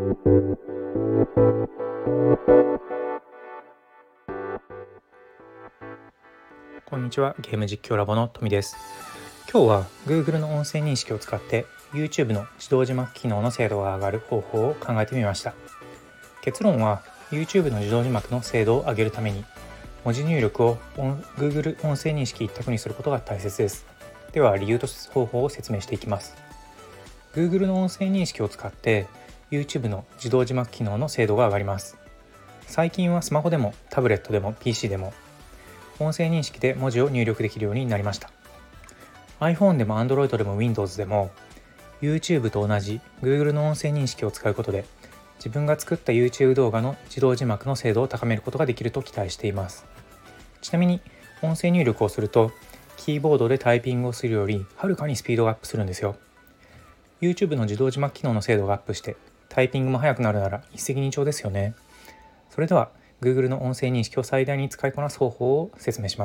こんにちは、ゲーム実況ラボの富です。今日は Google の音声認識を使って YouTube の自動字幕機能の精度が上がる方法を考えてみました。結論は YouTube の自動字幕の精度を上げるために文字入力を Google 音声認識一択にすることが大切です。では理由と方法を説明していきます。 Google の音声認識を使って YouTube の自動字幕機能の精度が上がります。最近はスマホでもタブレットでも PC でも音声認識で文字を入力できるようになりました。 iPhone でも Android でも Windows でも YouTube と同じ Google の音声認識を使うことで自分が作った YouTube 動画の自動字幕の精度を高めることができると期待しています。ちなみに音声入力をするとキーボードでタイピングをするよりはるかにスピードがアップするんですよ。 YouTube の自動字幕機能の精度がアップしてタイピングも速くなるなら一石二鳥ですよね。それでは Google の音声認識を最大に使いこなす方法を説明します。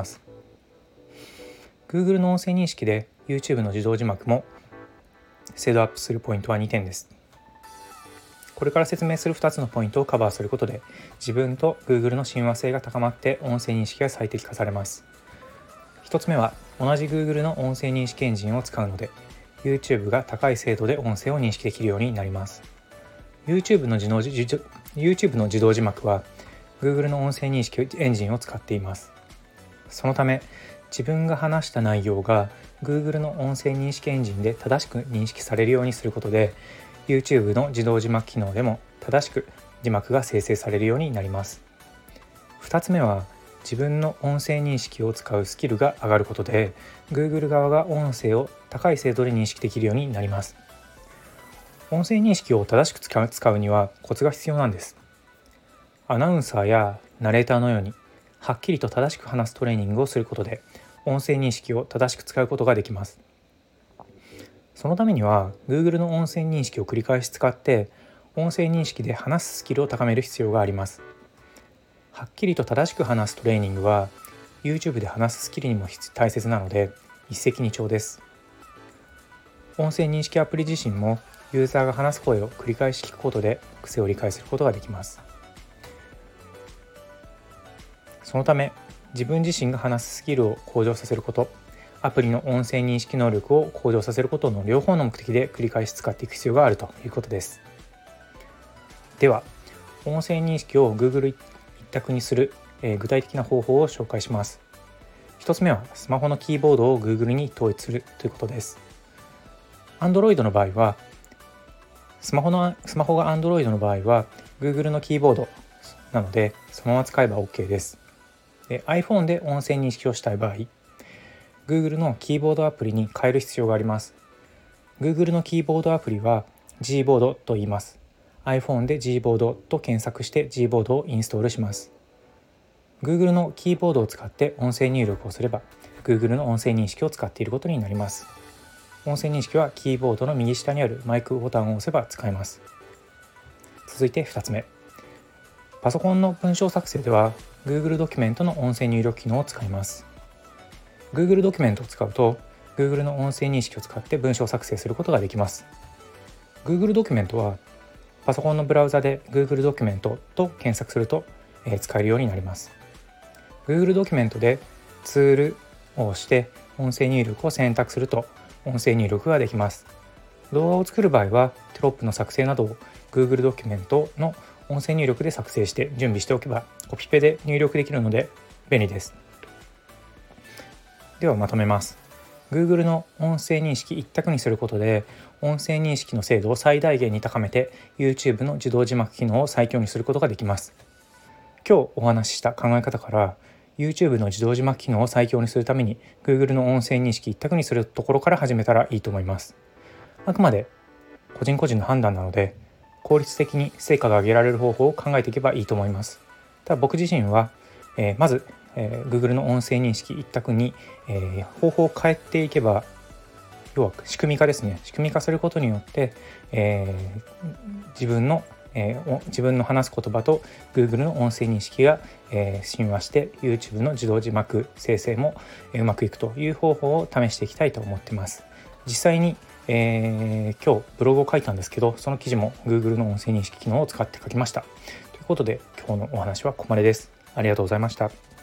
Google の音声認識で YouTube の自動字幕も精度アップするポイントは2点です。これから説明する2つのポイントをカバーすることで自分と Google の親和性が高まって音声認識が最適化されます。1つ目は同じ Google の音声認識エンジンを使うので YouTube が高い精度で音声を認識できるようになります。 YouTube の自動字幕は Google の音声認識エンジンを使っています。そのため自分が話した内容が Google の音声認識エンジンで正しく認識されるようにすることで YouTube の自動字幕機能でも正しく字幕が生成されるようになります。2つ目は自分の音声認識を使うスキルが上がることで Google 側が音声を高い精度で認識できるようになります。音声認識を正しく使うにはコツが必要なんです。アナウンサーやナレーターのようにはっきりと正しく話すトレーニングをすることで音声認識を正しく使うことができます。そのためには Google の音声認識を繰り返し使って音声認識で話すスキルを高める必要があります。はっきりと正しく話すトレーニングは YouTube で話すスキルにも大切なので一石二鳥です。音声認識アプリ自身もユーザーが話す声を繰り返し聞くことで癖を理解することができます。そのため自分自身が話すスキルを向上させること、アプリの音声認識能力を向上させることの両方の目的で繰り返し使っていく必要があるということです。では音声認識を Google 一択にする、具体的な方法を紹介します。1つ目はスマホのキーボードを Google に統一するということです。Android の場合はスマホが Android の場合は Google のキーボードなのでそのまま使えば OK です。iPhone で音声認識をしたい場合 Google のキーボードアプリに変える必要があります。 Google のキーボードアプリは Gboard と言います。 iPhone で Gboard と検索して Gboard をインストールします。 Google のキーボードを使って音声入力をすれば Google の音声認識を使っていることになります。音声認識はキーボードの右下にあるマイクボタンを押せば使えます。続いて2つ目、パソコンの文章作成では Google ドキュメントの音声入力機能を使います。 Google ドキュメントを使うと Google の音声認識を使って文章作成することができます。 Google ドキュメントはパソコンのブラウザで Google ドキュメントと検索すると、使えるようになります。 Google ドキュメントでツールを押して音声入力を選択すると音声入力ができます。動画を作る場合はテロップの作成などを Google ドキュメントの音声入力で作成して準備しておけばコピペで入力できるので便利です。ではまとめます。 Google の音声認識一択にすることで音声認識の精度を最大限に高めて YouTube の自動字幕機能を最強にすることができます。今日お話しした考え方から YouTube の自動字幕機能を最強にするために Google の音声認識一択にするところから始めたらいいと思います。あくまで個人個人の判断なので効率的に成果が上げられる方法を考えていけばいいと思います。ただ僕自身は、まず、Google の音声認識一択に、方法を変えていけば要は仕組み化ですね。仕組み化することによって、自分の話す言葉と Google の音声認識が、親和して YouTube の自動字幕生成も、うまくいくという方法を試していきたいと思っています。実際に今日ブログを書いたんですけど、その記事も Google の音声認識機能を使って書きました。ということで今日のお話はここまでです。ありがとうございました。